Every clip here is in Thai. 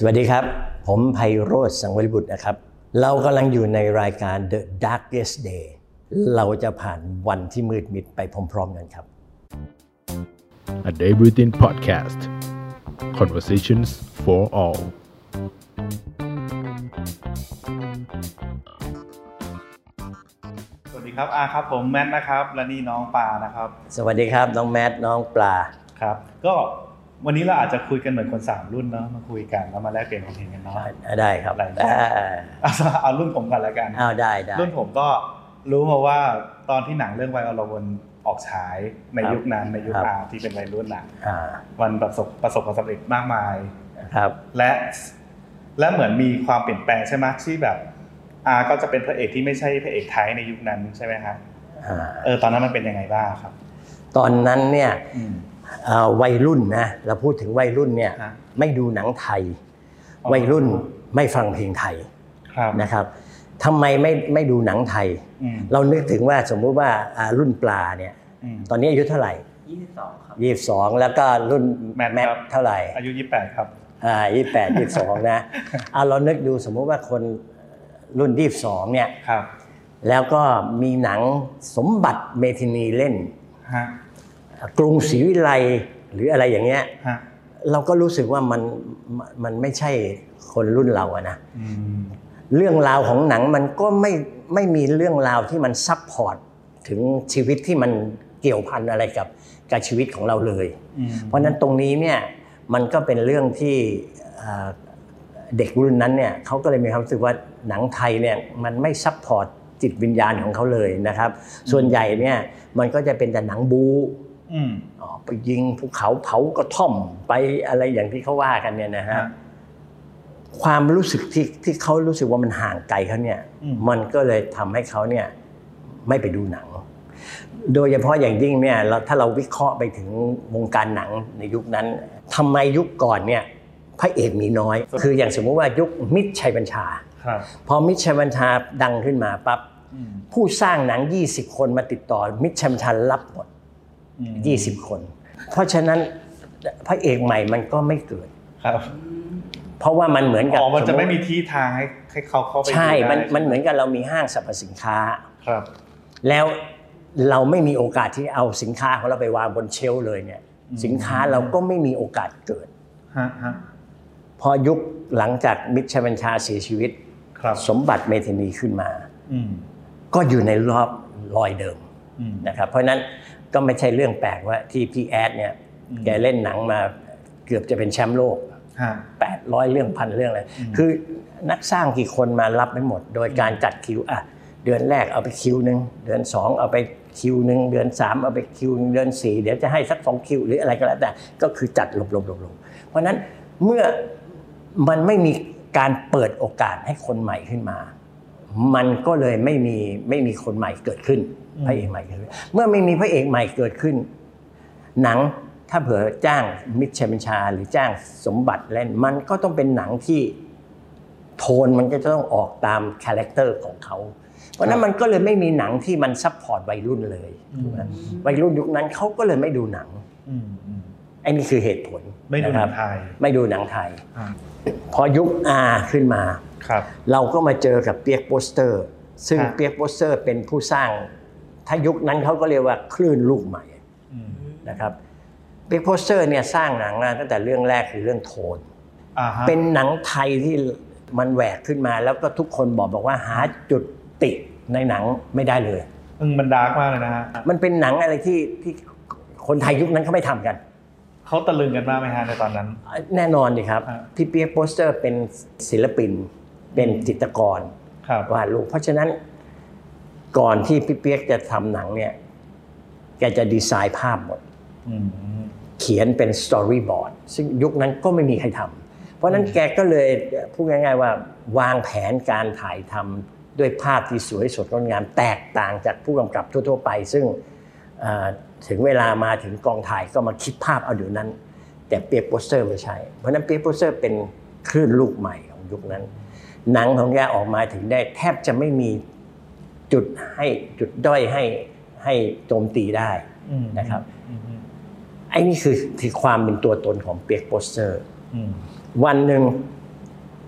สวัสดีครับผมไพโรจน์ สังวริบุตรนะครับเรากำลังอยู่ในรายการ The Darkest Day เราจะผ่านวันที่มืดมิดไปพร้อมๆกันครับ A Day Within Podcast Conversations for All สวัสดีครับครับผมแมทนะครับและนี่น้องปลานะครับสวัสดีครับน้องแมทน้องปลาครับก็วันนี้เราอาจจะคุยกันเหมือนคน3รุ่นเนาะมาคุยกันแล้วมาแลกเปลี่ยนความเห็นกันเนาะได้ครับเอารุ่นผมก่อนละกันได้รุ่นผมก็รู้มาว่าตอนที่หนังเรื่องวัยอรวนออกฉายในยุคนั้นในยุคที่เป็นวัยรุ่นน่ะมันประสบความสำเร็จมากมายครับและเหมือนมีความเปลี่ยนแปลงใช่ไหมที่แบบก็จะเป็นพระเอกที่ไม่ใช่พระเอกไทยในยุคนั้นใช่ไหมครับตอนนั้นมันเป็นยังไงบ้างครับตอนนั้นเนี่ยวัยรุ่นนะเราพูดถึงวัยรุ่นเนี่ยไม่ดูหนังไทยวัยรุ่นไม่ฟังเพลงไทยนะครับทำไมไม่ดูหนังไทยเรานึกถึงว่าสมมุติว่ารุ่นปลาเนี่ยตอนนี้อายุเท่าไหร่ 22ครับ 22แล้วก็รุ่นแมทเท่าไหร่อายุ28ครับ 28 22นะเรานึกดูสมมุติว่าคนรุ่น22เนี่ยแล้วก็มีหนังสมบัติเมธินีเล่นกรุงศรีวิไลหรืออะไรอย่างเงี้ยเราก็รู้สึกว่ามันไม่ใช่คนรุ่นเราอะนะเรื่องราวของหนังมันก็ไม่มีเรื่องราวที่มันซัพพอร์ตถึงชีวิตที่มันเกี่ยวพันอะไรกับชีวิตของเราเลยเพราะนั้นตรงนี้เนี่ยมันก็เป็นเรื่องที่เด็กรุ่นนั้นเนี่ยเขาก็เลยมีความรู้สึกว่าหนังไทยเนี่ยมันไม่ซัพพอร์ตจิตวิญญาณของเขาเลยนะครับส่วนใหญ่เนี่ยมันก็จะเป็นแต่หนังบู๊ไปยิงภูเขาเผากระท่อมไปอะไรอย่างที่เขาว่ากันเนี่ยนะฮะความรู้สึกที่เขารู้สึกว่ามันห่างไกลเขาเนี่ยมันก็เลยทำให้เขาเนี่ยไม่ไปดูหนังโดยเฉพาะอย่างยิ่งเนี่ยถ้าเราวิเคราะห์ไปถึงวงการหนังในยุคนั้นทำไมยุคก่อนเนี่ยพระเอกมีน้อยคืออย่างสมมติว่ายุคมิตรชัยบัญชาพอมิตรชัยบัญชาดังขึ้นมาปั๊บผู้สร้างหนัง20คนมาติดต่อมิตรชัยบัญชารับหมด20คนเพราะฉะนั้นพระเอกใหม่มันก็ไม่เกิดเพราะว่ามันเหมือนกับมันจะไม่มีที่ทางให้เขาเข้าไปใช่มันเหมือนกับเรามีห้างสรรพสินค้าแล้วเราไม่มีโอกาสที่เอาสินค้าของเราไปวางบนเชลฟ์เลยเนี่ยสินค้าเราก็ไม่มีโอกาสเกิดพอยุคหลังจากมิตรชัยบัญชาเสียชีวิตสมบัติเมธินีขึ้นมาก็อยู่ในรอบรอยเดิมนะครับเพราะนั้นก็ไม่ใช่เรื่องแปลกว่าที่พี่แอดเนี่ยแกเล่นหนังมาเกือบจะเป็นแชมป์โลก800เรื่องพันเรื่องอะไรคือนักสร้างกี่คนมารับไม่หมดโดยการจัดคิวเดือนแรกเอาไปคิวนึงเดือน2เอาไปคิวนึงเดือน3เอาไปคิวนึงเดือน4เดี๋ยวจะให้สัก2คิวหรืออะไรก็แล้วแต่ก็คือจัดลบๆเพราะนั้นเมื่อมันไม่มีการเปิดโอกาสให้คนใหม่ขึ้นมามันก็เลยไม่มีคนใหม่เกิดขึ้นพระเอกใหม่เกิดขึ้นเมื่อไม่มีพระเอกใหม่เกิดขึ้นหนังถ้าเผื่อจ้างมิตรชัยบัญชาหรือจ้างสมบัติเล่นมันก็ต้องเป็นหนังที่โทนมันก็จะต้องออกตามคาแรคเตอร์ของเขาเพราะนั้นมันก็เลยไม่มีหนังที่มันซัพพอร์ตวัยรุ่นเลยวัยรุ่นยุคนั้นเขาก็เลยไม่ดูหนังไอ้นี่คือเหตุผลไม่ดูหนังไทยไม่ดูหนังไทยพอยุคขึ้นมาเราก็มาเจอกับเปียกโปสเตอร์ซึ่งเปียกโปสเตอร์เป็นผู้สร้างถ้ายุคนั้นเขาก็เรียกว่าคลื่นลูกใหม่นะครับเปียกโปสเตอร์เนี่ยสร้างหนังตั้งแต่เรื่องแรกคือเรื่องโทนเป็นหนังไทยที่มันแหวกขึ้นมาแล้วก็ทุกคนบอกว่าหาจุดติในหนังไม่ได้เลยมันดาร์กมากเลยนะฮะมันเป็นหนังอะไรที่คนไทยยุคนั้นเขาไม่ทำกันเขาตะลึงกันมากไหมฮะในตอนนั้นแน่นอนดิครับพี่เปียกโปสเตอร์เป็นศิลปินเป็นจิตรกรวาดรูปเพราะฉะนั้นก่อนที่พี่เปียกจะทำหนังเนี่ยแกจะดีไซน์ภาพหมดเขียนเป็นสตอรี่บอร์ดซึ่งยุคนั้นก็ไม่มีใครทำเพราะนั้นแกก็เลยพูดง่ายๆว่าวางแผนการถ่ายทำด้วยภาพที่สวยสดงดงามแตกต่างจากผู้กำกับทั่วๆไปซึ่งถึงเวลามาถึงกองถ่ายก็มาคิดภาพเอาเดี๋ยวนั้นแต่เปียกโปสเตอร์ไม่ใช่เพราะนั้นเปียกโปสเตอร์เป็นคลื่นลูกใหม่ของยุคนั้นหนังของแกออกมาถึงได้แทบจะไม่มีจุดด้อยให้โจมตีได้นะครับไอ้นี่คือความเป็นตัวตนของเปียกโปสเตอร์วันหนึ่ง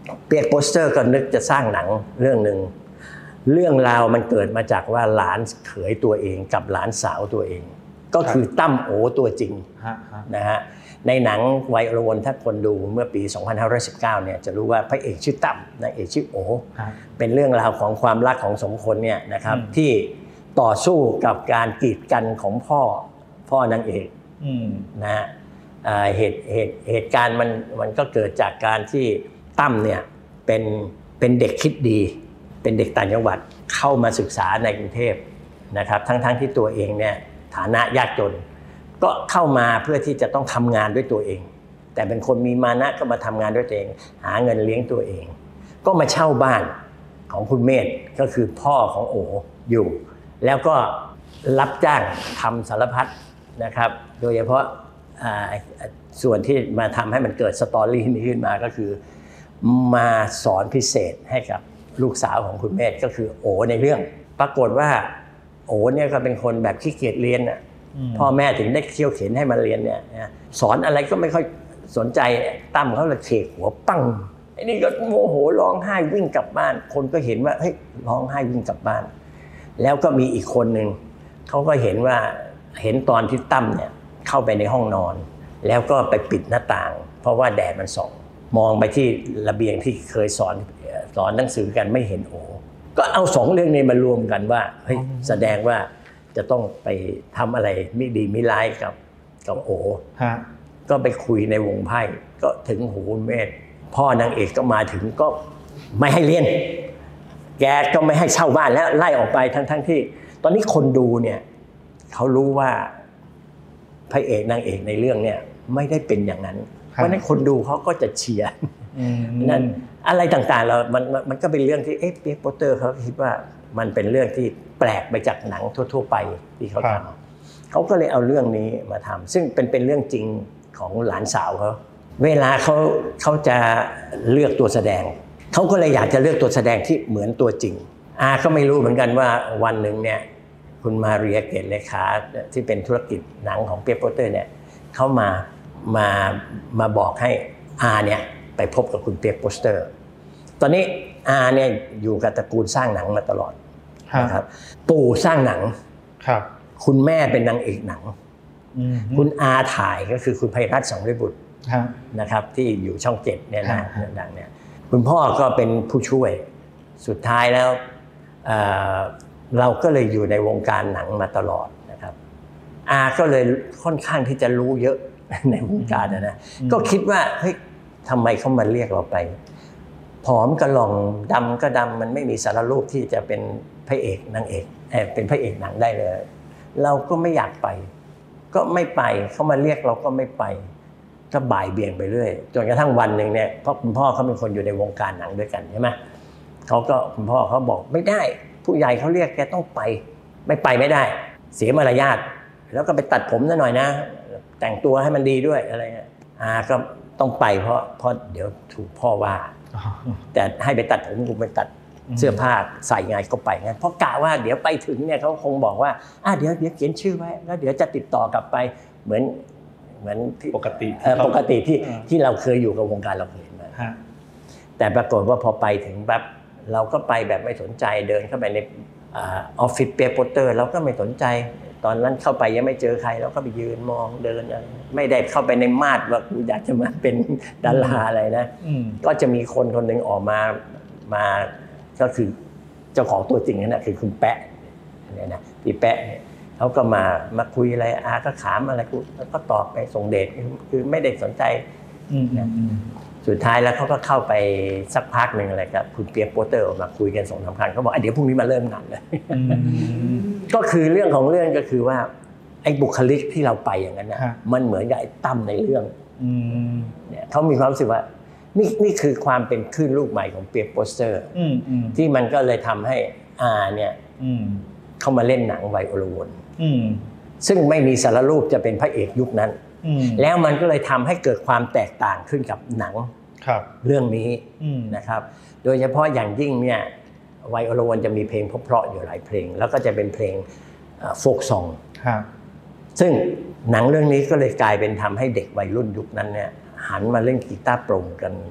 เปียกโปสเตอร์ก็นึกจะสร้างหนังเรื่องนึงเรื่องราวมันเกิดมาจากว่าหลานเขยตัวเองกับหลานสาวตัวเองก็คือตั้มโอตัวจริงนะฮะในหนังวัยอรวนถ้าคนดูเมื่อปี2519เนี่ยจะรู้ว่าพระเอกชื่อตั้มนางเอกชื่อโอเป็นเรื่องราวของความรักของสองคนเนี่ยนะครับที่ต่อสู้กับการกีดกันของพ่อนางเอกนะฮะเหตุการณ์มันก็เกิดจากการที่ตั้มเนี่ยเป็นเด็กคิดดีเป็นเด็กต่างจังหวัดเข้ามาศึกษาในกรุงเทพนะครับทั้งที่ตัวเองเนี่ยฐานะยากจนก็เข้ามาเพื่อที่จะต้องทำงานด้วยตัวเองแต่เป็นคนมีมานะก็มาทำงานด้วยตัวเองหาเงินเลี้ยงตัวเองก็มาเช่าบ้านของคุณเมธก็คือพ่อของโออยู่แล้วก็รับจ้างทำสารพัดนะครับโดยเฉพาะส่วนที่มาทำให้มันเกิดสตอรี่นี้ขึ้นมาก็คือมาสอนพิเศษให้กับลูกสาวของคุณเมธก็คือโอในเรื่องปรากฏว่าโอเนี่ยก็เป็นคนแบบขี้เกียจเรียนน่ะพ่อแม่ถึงได้เคี่ยวเข็นให้มาเรียนเนี่ยสอนอะไรก็ไม่ค่อยสนใจตั้มเขาเลยเขกหัวปั้งไอ้นี่ก็โมโหร้องไห้วิ่งกลับบ้านคนก็เห็นว่าเฮ้ยร้องไห้วิ่งกลับบ้านแล้วก็มีอีกคนนึงเขาก็เห็นตอนที่ตั้มเนี่ยเข้าไปในห้องนอนแล้วก็ไปปิดหน้าต่างเพราะว่าแดดมันส่องมองไปที่ระเบียงที่เคยสอนหนังสือกันไม่เห็นโอก็เอาสองเรื่องนี้มารวมกันว่าเฮ้ยแสดงว่าจะต้องไปทำอะไรไม่ดีไม่ร้ายกับโอก็ไปคุยในวงไพ่ก็ถึงหูเมธพ่อนางเอกก็มาถึงก็ไม่ให้เรียนแกก็ไม่ให้เช่าบ้านแล้วไล่ออกไปทั้งที่ตอนนี้คนดูเนี่ยเขารู้ว่าพระเอกนางเอกในเรื่องเนี่ยไม่ได้เป็นอย่างนั้นเพราะฉะนั้นคนดูเขาก็จะเชียร์นั่นอะไรต่างๆเรามันก็เป็นเรื่องที่เปียกโปสเตอร์เขาคิดว่ามันเป็นเรื่องที่แปลกไปจากหนังทั่วๆไปที่เขาทำเขาก็เลยเอาเรื่องนี้มาทำซึ่งเป็นเรื่องจริงของหลานสาวเขาเวลาเขาจะเลือกตัวแสดงเขาก็เลยอยากจะเลือกตัวแสดงที่เหมือนตัวจริงก็ไม่รู้เหมือนกันว่าวันหนึ่งเนี่ยคุณมาเรียเกตเลขาที่เป็นธุรกิจหนังของเปียกโปสเตอร์เนี่ยเขามาบอกให้เนี่ยไปพบกับคุณเปียกโปสเตอร์ตอนนี้เนี่ยอยู่กับตระกูลสร้างหนังมาตลอดนะครับปู่สร้างหนังคุณแม่เป็นนางเอกหนังคุณถ่ายก็คือคุณไพรัตน์สองฤบุตรนะครับที่อยู่ช่อง7เนี่ยนะดังเนี่ยคุณพ่อก็เป็นผู้ช่วยสุดท้ายแล้วเราก็เลยอยู่ในวงการหนังมาตลอดนะครับก็เลยค่อนข้างที่จะรู้เยอะในวงการนะก็คิดว่าเฮ้ยทำไมเขามาเรียกเราไปผอมกระหล่องดำก็ดำมันไม่มีสารรูปที่จะเป็นพระเอกนางเอกเป็นพระเอกหนังได้เลยเราก็ไม่อยากไปก็ไม่ไปเขามาเรียกเราก็ไม่ไปก็บ่ายเบี่ยงไปเรื่อยจนกระทั่งวันหนึ่งเนี่ยเพราะคุณพ่อเขาเป็นคนอยู่ในวงการหนังด้วยกันใช่ไหมคุณพ่อเขาบอกไม่ได้ผู้ใหญ่เขาเรียกแกต้องไปไม่ไปไม่ได้เสียมารยาทแล้วก็ไปตัดผมซะหน่อยนะแต่งตัวให้มันดีด้วยอะไรก็ต้องไปเพราะเดี๋ยวถูกพ่อว่าแต่ให้ไปตัดผมกูไปตัดเสื้อผ้าใส่ไงก็ไปงั้นเพราะกะว่าเดี๋ยวไปถึงเนี่ยเขาคงบอกว่าเดี๋ยวเขียนชื่อไว้แล้วเดี๋ยวจะติดต่อกลับไปเหมือนปกติที่เราเคยอยู่กับวงการเราเคยมาแต่ปรากฏว่าพอไปถึงแบบเราก็ไปแบบไม่สนใจเดินเข้าไปในออฟฟิศเปียกโปสเตอร์เราก็ไม่สนใจตอนนั้นเข้าไปยังไม่เจอใครเราก็ไปยืนมองเดินไม่ได้เข้าไปในมาดว่ากูอยากจะมาเป็นดาราอะไรนะก็จะมีคนหนึ่งออกมาก็คือเจ้าของตัวจริงนั่นแหละคือคุณแปะเนี่ยนะพี่แปะเขาก็มาคุยอะไรก็ถามอะไรกูก็ตอบไปส่งเดชคือไม่ได้สนใจนะสุดท้ายแล้วเขาก็เข้าไปสักพักหนึ่งอะไรครับคุณเปียกโปสเตอร์ออกมาคุยกัน2-3 ครั้งเขาบอกเดี๋ยวพรุ่งนี้มาเริ่มงานเลยก็คือเรื่องของเรื่องก็คือว่าไอ้บุคลิกที่เราไปอย่างนั้นนะมันเหมือนกับไอ้ตั้มในเรื่องเนี่ยเขามีความรู้สึกว่านี่คือความเป็นคลื่นลูกใหม่ของเปียกโปสเตอร์ที่มันก็เลยทำให้เนี่ยเข้ามาเล่นหนังวัยอรวนซึ่งไม่มีสารรูปจะเป็นพระเอกยุคนั้นแล้วมันก็เลยทำให้เกิดความแตกต่างขึ้นกับหนังเรื่องนี้นะครับโดยเฉพาะอย่างยิ่งเนี่ยวัยอรวนจะมีเพลงเพราะๆอยู่หลายเพลงแล้วก็จะเป็นเพลงโฟล์กซองซึ่งหนังเรื่องนี้ก็เลยกลายเป็นทำให้เด็กวัยรุ่นยุคนั้นเนี่ยหันมาเล่นกีตาร์โปร่งกัน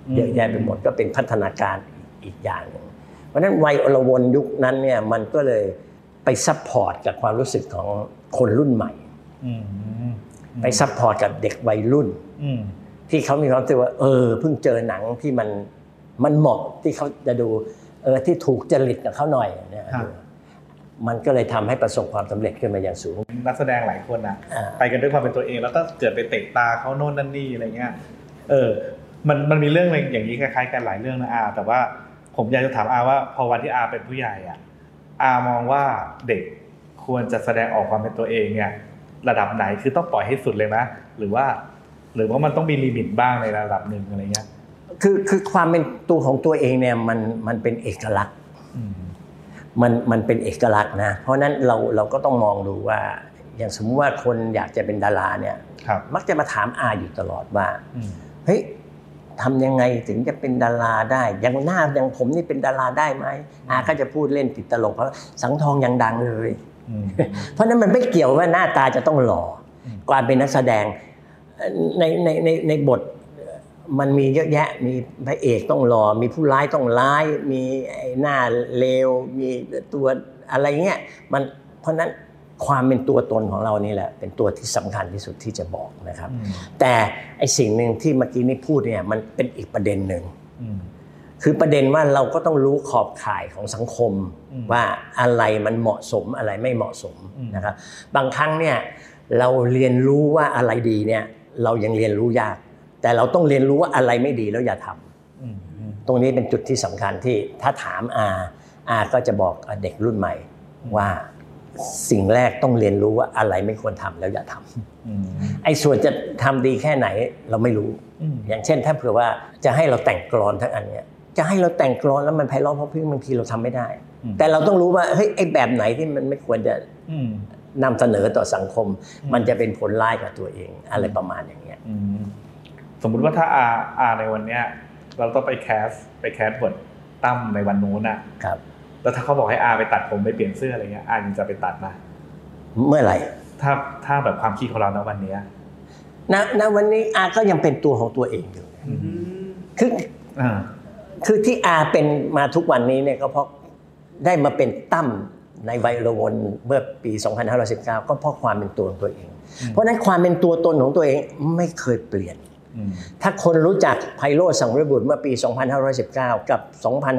เยอะแยะไปหมดก็เป็นพัฒนาการอีกอย่างนึงเพราะฉะนั้นวัยอลวนยุคนั้นเนี่ยมันก็เลยไปซัพพอร์ตกับความรู้สึกของคนรุ่นใหม่ไปซัพพอร์ตกับเด็กวัยรุ่นที่เขามีความรู้สึกว่าเพิ่งเจอหนังที่มันเหมาะที่เขาจะดูที่ถูกจริตกับเขาหน่อยเนี่ยมันก็เลยทำให้ประสบความสำเร็จขึ้นมาอย่างสูงนักแสดงหลายคนไปกันด้วยความเป็นตัวเองแล้วก็เกิดไปเตะตาเขาโน่นนั่นนี่อะไรเงี้ยมันมีเรื่องอย่างนี้คล้ายๆกันหลายเรื่องนะแต่ว่าผมอยากจะถามว่าพอวันที่เป็นผู้ใหญ่มองว่าเด็กควรจะแสดงออกความเป็นตัวเองเนี่ยระดับไหนคือต้องปล่อยให้สุดเลยไหมหรือว่ามันต้องมีลิมิตบ้างในระดับหนึ่งอะไรเงี้ยคือความเป็นตัวของตัวเองเนี่ยมันเป็นเอกลักษณ์มันเป็นเอกลักษณ์นะเพราะนั้นเราก็ต้องมองดูว่าอย่างสมมติว่าคนอยากจะเป็นดาราเนี่ยมักจะมาถามอยู่ตลอดว่าเฮ้ยทำยังไงถึงจะเป็นดาราได้อย่างผมนี่เป็นดาราได้ไหมก็จะพูดเล่นติดตลกเพราะสังทองยังดังเลยเพราะนั้นมันไม่เกี่ยวว่าหน้าตาจะต้องหล่อการเป็นนักแสดงในบทมันมีเยอะแยะมีพระเอกต้องหล่อมีผู้ร้ายต้องร้ายมีหน้าเลวมีตัวอะไรเงี้ยเพราะนั้นความเป็นตัวตนของเรานี่แหละเป็นตัวที่สำคัญที่สุดที่จะบอกนะครับแต่ไอ้สิ่งหนึ่งที่เมื่อกี้นี้พูดเนี่ยมันเป็นอีกประเด็นหนึ่งคือประเด็นว่าเราก็ต้องรู้ขอบข่ายของสังคมว่าอะไรมันเหมาะสมอะไรไม่เหมาะสมนะครับบางครั้งเนี่ยเราเรียนรู้ว่าอะไรดีเนี่ยเรายังเรียนรู้ยากแต่เราต้องเรียนรู้ว่าอะไรไม่ดีแล้วอย่าทำตรงนี้เป็นจุดที่สำคัญที่ถ้าถามก็จะบอกเด็กรุ่นใหม่ว่าสิ่งแรกต้องเรียนรู้ว่าอะไรไม่ควรทำแล้วอย่าทำไอ้ส่วนจะทำดีแค่ไหนเราไม่รู้อย่างเช่นถ้าเผื่อว่าจะให้เราแต่งกลอนทั้งอันเนี้ยจะให้เราแต่งกลอนแล้วมันไพเราะเพราะบางทีเราทำไม่ได้แต่เราต้องรู้ว่าเฮ้ยไอ้แบบไหนที่มันไม่ควรจะนำเสนอต่อสังคมมันจะเป็นผลร้ายกับตัวเองอะไรประมาณอย่างเงี้ยสมมุติว่าถ้าในวันเนี้ยเราต้องไปแคสบทตั้มในวันนู้นครับแล้วถ้าเขาบอกให้ไปตัดผมไปเปลี่ยนเสื้ออะไรเงี้ยยังจะไปตัดมาเมื่อไหร่ถ้าแบบความคิดของเราณวันนี้ณวันนี้ก็ยังเป็นตัวของตัวเองอยู่คือที่เป็นมาทุกวันนี้เนี่ยก็เพราะได้มาเป็นตั้มในวัยอลวนเมื่อปี2519ก็เพราะความเป็นตัวของตัวเองเพราะนั้นความเป็นตัวตนของตัวเองไม่เคยเปลี่ยนถ้าคนรู้จักไพโรจน์ สังวรบุตรเมื่อปี2519กับ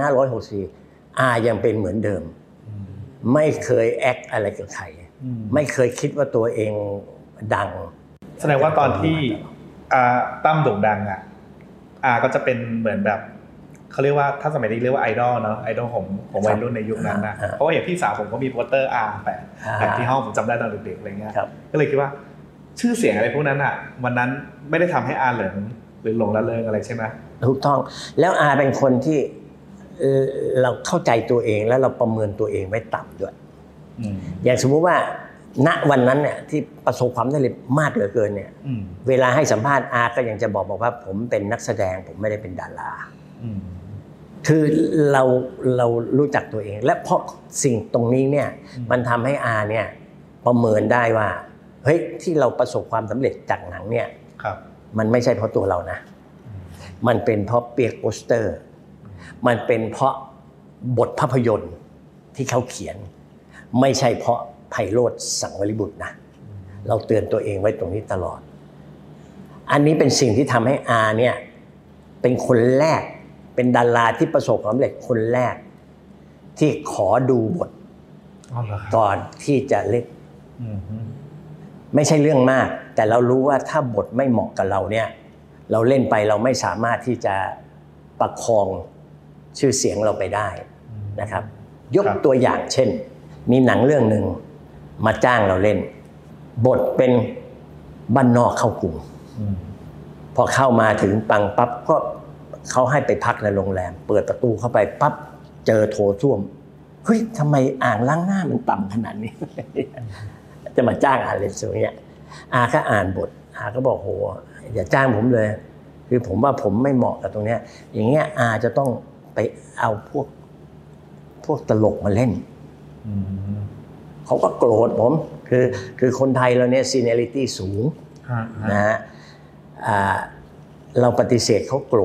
2564ยังเป็นเหมือนเดิมไม่เคยแอคอะไรกับใครไม่เคยคิดว่าตัวเองดังแสดงว่าตอนที่ตั้มโด่งดังก็จะเป็นเหมือนแบบเขาเรียกว่าถ้าสมัยนี้เรียกว่าไอดอลเนาะไอดอลของวัยรุ่นในยุคนั้นนะเพราะว่าอย่างพี่สาวผมก็มีโปสเตอร์แปะที่ห้องผมจำได้ตอนเด็กๆอะไรเงี้ยก็เลยคิดว่าชื่อเสียงอะไรพวกนั้นวันนั้นไม่ได้ทำให้เหลิงหรือหลงละเลงอะไรใช่ไหมถูกต้องแล้วเป็นคนที่เราเข้าใจตัวเองแล้วเราประเมินตัวเองไว้ต่ำด้วยอย่างสมมุติว่าณวันนั้นเนี่ยที่ประสบความสำเร็จมากเหลือเกินเนี่ยเวลาให้สัมภาษณ์ก็ยังจะบอกว่าผมเป็นนักแสดงผมไม่ได้เป็นดาราคือเรารู้จักตัวเองและเพราะสิ่งตรงนี้เนี่ยมันทำให้เนี่ยประเมินได้ว่าเฮ้ยที่เราประสบความสำเร็จจากหนังเนี่ยมันไม่ใช่เพราะตัวเรานะมันเป็นเพราะเปียกโปสเตอร์มันเป็นเพราะบทภาพยนตร์ที่เขาเขียนไม่ใช่เพราะไพโรจน์ สังวรบุตรนะเราเตือนตัวเองไว้ตรงนี้ตลอดอันนี้เป็นสิ่งที่ทำให้เนี่ยเป็นคนแรกเป็นดาราที่ประสบความสำเร็จคนแรกที่ขอดูบทก่อนที่จะเล่นไม่ใช่เรื่องมากแต่เรารู้ว่าถ้าบทไม่เหมาะกับเราเนี่ยเราเล่นไปเราไม่สามารถที่จะประคองชื่อเสียงเราไปได้นะครับยกตัวอย่างเช่นมีหนังเรื่องหนึ่งมาจ้างเราเล่นบทเป็นบ้านนอกเข้ากรุงพอเข้ามาถึงปั๊บก็เขาให้ไปพักในโรงแรมเปิดประตูเข้าไปปั๊บเจอโถส้วมเฮ้ยทำไมอ่างล้างหน้ามันต่ำขนาดนี้จะมาจ้างเล่นอย่างเงี้ยก็อ่านบทก็บอกโหอย่าจ้างผมเลยคือผมว่าผมไม่เหมาะกับตรงเนี้ยอย่างเงี้ยจะต้องไปเอาพวกตลกมาเล่นเขาก็โกรธผมคือคนไทยเราเนี่ยซีเนียริตี้สูงนะฮะเราปฏิเสธเขาโกรธ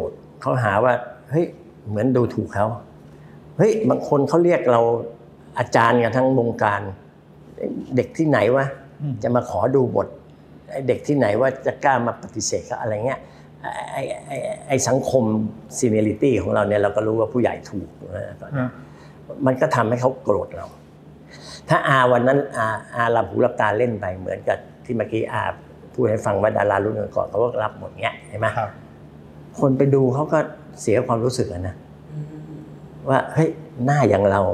เขาหาว่าเฮ้ยเหมือนดูถูกเขาเฮ้ยบางคนเขาเรียกเราอาจารย์กันทั้งวงการเด็กที่ไหนวะจะมาขอดูบทเด็กที่ไหนว่าจะกล้ามาปฏิเสธเขาอะไรเงี้ยไอ้สังคมซีเนียริตี้ของเราเนี่ยเราก็รู้ว่าผู้ใหญ่ถูกมันก็ทำให้เขาโกรธเราถ้าวันนั้นหลับหูหลับตาเล่นไปเหมือนกับที่เมื่อกี้พูดให้ฟังว่าดารารุ่นก่อนเขาก็รับหมดเงี้ยเห็นไหมคนไปดูเขาก็เสียความรู้สึกนะว่าเฮ้ยหน้าอย่างเรา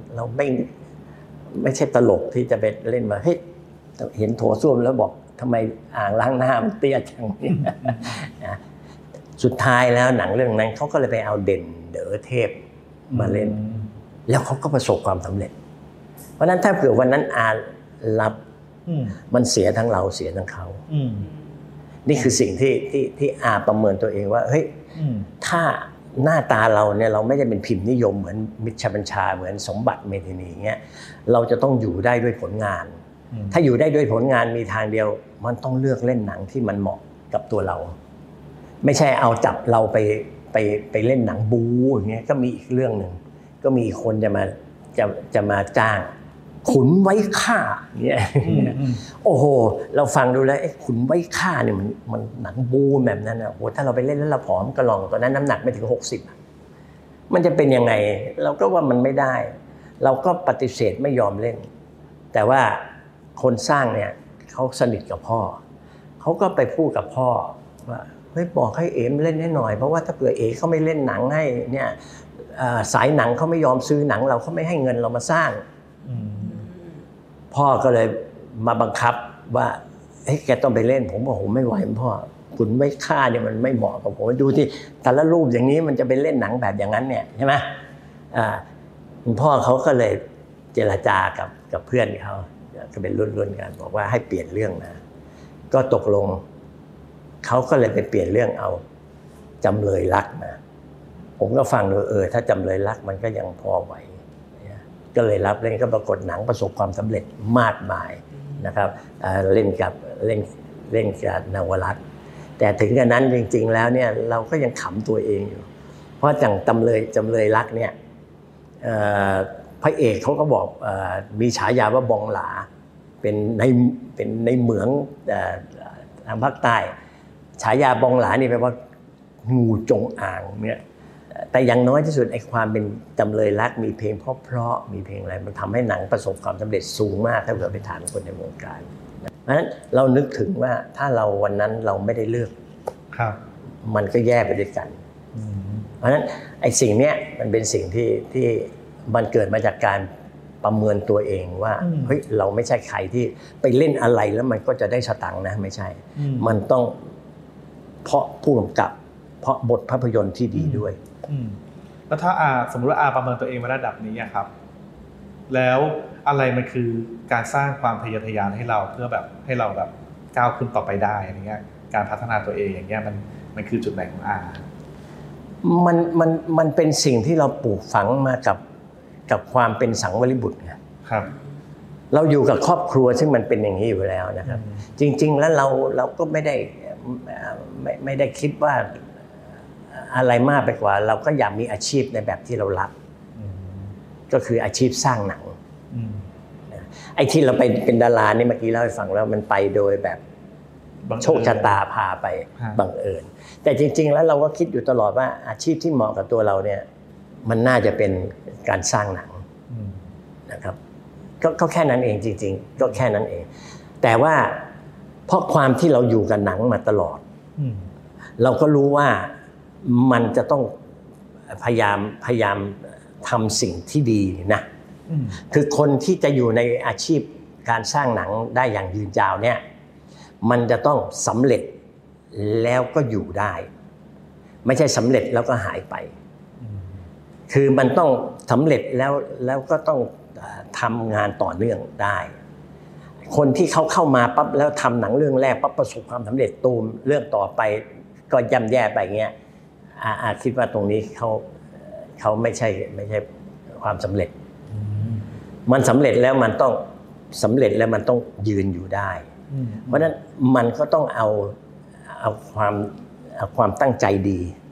ไม่ใช่ตลกที่จะไปเล่นมาเฮ้ยเห็นโถส้วมแล้วบอกทำไมอ่างล้างหน้ามันเตี้ยจังนี่นะสุดท้ายแล้วหนังเรื่องนั้นเขาก็เลยไปเอาเด่นเด๋อเทพมาเล่นแล้วเขาก็ประสบความสำเร็จเพราะนั้นถ้าเผื่อวันนั้นรับมันเสียทั้งเราเสียทั้งเขานี่คือสิ่งที่ประเมินตัวเองว่าเฮ้ยถ้าหน้าตาเราเนี่ยเราไม่ได้เป็นพิมพ์นิยมเหมือนมิตรชบัญชาเหมือนสมบัติเมธินีเงี้ยเราจะต้องอยู่ได้ด้วยผลงานถ้าอยู่ได้ด้วยผลงานมีทางเดียวมันต้องเลือกเล่นหนังที่มันเหมาะกับตัวเราไม่ใช่เอาจับเราไปเล่นหนังบู๊อย่างเงี้ยก็มีอีกเรื่องนึงก็มีคนจะมาจ้างขุนไว้ฆ่าเนี่ยโอ้โหเราฟังดูแล้วขุนไว้ฆ่าเนี่ยมันหนังบู๊แบบนั้นนะโอ้ถ้าเราไปเล่นแล้วเราผอมกระหล่องตอนนั้นน้ำหนักไม่ถึง60มันจะเป็นยังไงเราก็ว่ามันไม่ได้เราก็ปฏิเสธไม่ยอมเล่นแต่ว่าคนสร้างเนี่ยเขาสนิทกับพ่อเขาก็ไปพูดกับพ่อว่าเฮ้ยบอกให้เอ๋เล่นให้หน่อยเพราะว่าถ้าเผื่อเอ๋เขาไม่เล่นหนังให้เนี่ยสายหนังเขาไม่ยอมซื้อหนังเราเขาไม่ให้เงินเรามาสร้างพ่อก็เลยมาบังคับว่าเฮ้ยแกต้องไปเล่นผมบอกผมไม่ไหวพ่อคุณไม่ฆ่าเนี่ยมันไม่เหมาะกับผมดูที่แต่ละรูปอย่างนี้มันจะไปเล่นหนังแบบอย่างนั้นเนี่ยใช่ไหมคุณพ่อเขาก็เลยเจรจากับเพื่อนเขาก็เป็นรุ่นกันบอกว่าให้เปลี่ยนเรื่องนะก็ตกลงเขาก็เลยไปเปลี่ยนเรื่องเอาจำเลยรักมาผมก็ฟังดูถ้าจำเลยรักมันก็ยังพอไหวก็เลยรับเล่นก็ปรากฏหนังประสบความสำเร็จมากมายนะครับเล่นกับนวรัตน์แต่ถึงกระนั้นจริงๆแล้วเนี่ยเราก็ยังขำตัวเองอยู่เพราะอย่างจำเลยรักเนี่ยพระเอกเขาก็บอกมีฉายาว่าบองหลาเป็นในเหมืองทางภาคใต้ฉายาบองหลานี่แปลว่างูจงอางเนี่ยแต่อย่างน้อยที่สุดไอ้ความเป็นจำเลยรักมีเพลงเพราะๆมีเพลงอะไรมันทำให้หนังประสบความสำเร็จสูงมากถ้าเกิดไปถามคนในวงการเพราะฉะนั้นเรานึกถึงว่าถ้าเราวันนั้นเราไม่ได้เลือกมันก็แย่ไปด้วยกันเพราะฉะนั้นไอ้สิ่งเนี้ยมันเป็นสิ่งที่มันเกิดมาจากการประเมินตัวเองว่าเฮ้ยเราไม่ใช่ใครที่ไปเล่นอะไรแล้วมันก็จะได้สตังค์นะไม่ใช่มันต้องเพราะผู้กำกับเพราะบทภาพยนตร์ที่ดีด้วยแล้วถ้าสมมติว่าประเมินตัวเองมาระดับนี้ครับแล้วอะไรมันคือการสร้างความทะเยอทะยานให้เราเพื่อแบบให้เราแบบก้าวขึ้นต่อไปได้อะไรเงี้ยการพัฒนาตัวเองอย่างเงี้ยมันคือจุดไหนของมันเป็นสิ่งที่เราปลูกฝังมากับความเป็นสังวริบุตรไงครับเราอยู่กับครอบครัวซึ่งมันเป็นอย่างนี้อยู่แล้วนะครับจริงๆแล้วเราก็ไม่ได้คิดว่าอะไรมากไปกว่าเราก็อยากมีอาชีพในแบบที่เรารักก็คืออาชีพสร้างหนังไอ้ที่เราไปเป็นดารานี่เมื่อกี้เล่าให้ฟังแล้วมันไปโดยแบบโชคชะตาพาไปบังเอิญแต่จริงๆแล้วเราก็คิดอยู่ตลอดว่าอาชีพที่เหมาะกับตัวเราเนี่ยมันน่าจะเป็นการสร้างหนังนะครับก็แค่นั้นเองจริงๆก็แค่นั้นเองแต่ว่าเพราะความที่เราอยู่กับหนังมาตลอดเราก็รู้ว่ามันจะต้องพยายามทำสิ่งที่ดีนะคือคนที่จะอยู่ในอาชีพการสร้างหนังได้อย่างยืนยาวเนี่ยมันจะต้องสำเร็จแล้วก็อยู่ได้ไม่ใช่สำเร็จแล้วก็หายไปคือมันต้องสำเร็จแล้วก็ต้องทำงานต่อเนื่องได้คนที่เขาเข้ามาปั๊บแล้วทำหนังเรื่องแรกปั๊บประสบความสำเร็จตูมเรื่องต่อไปก็ย่ำแย่ไปเงี้ยคิดว่าตรงนี้เขาไม่ใช่ความสำเร็จมันสำเร็จแล้วมันต้องสำเร็จแล้วมันต้องยืนอยู่ได้เพราะฉะนั้นมันก็ต้องเอาความตั้งใจดี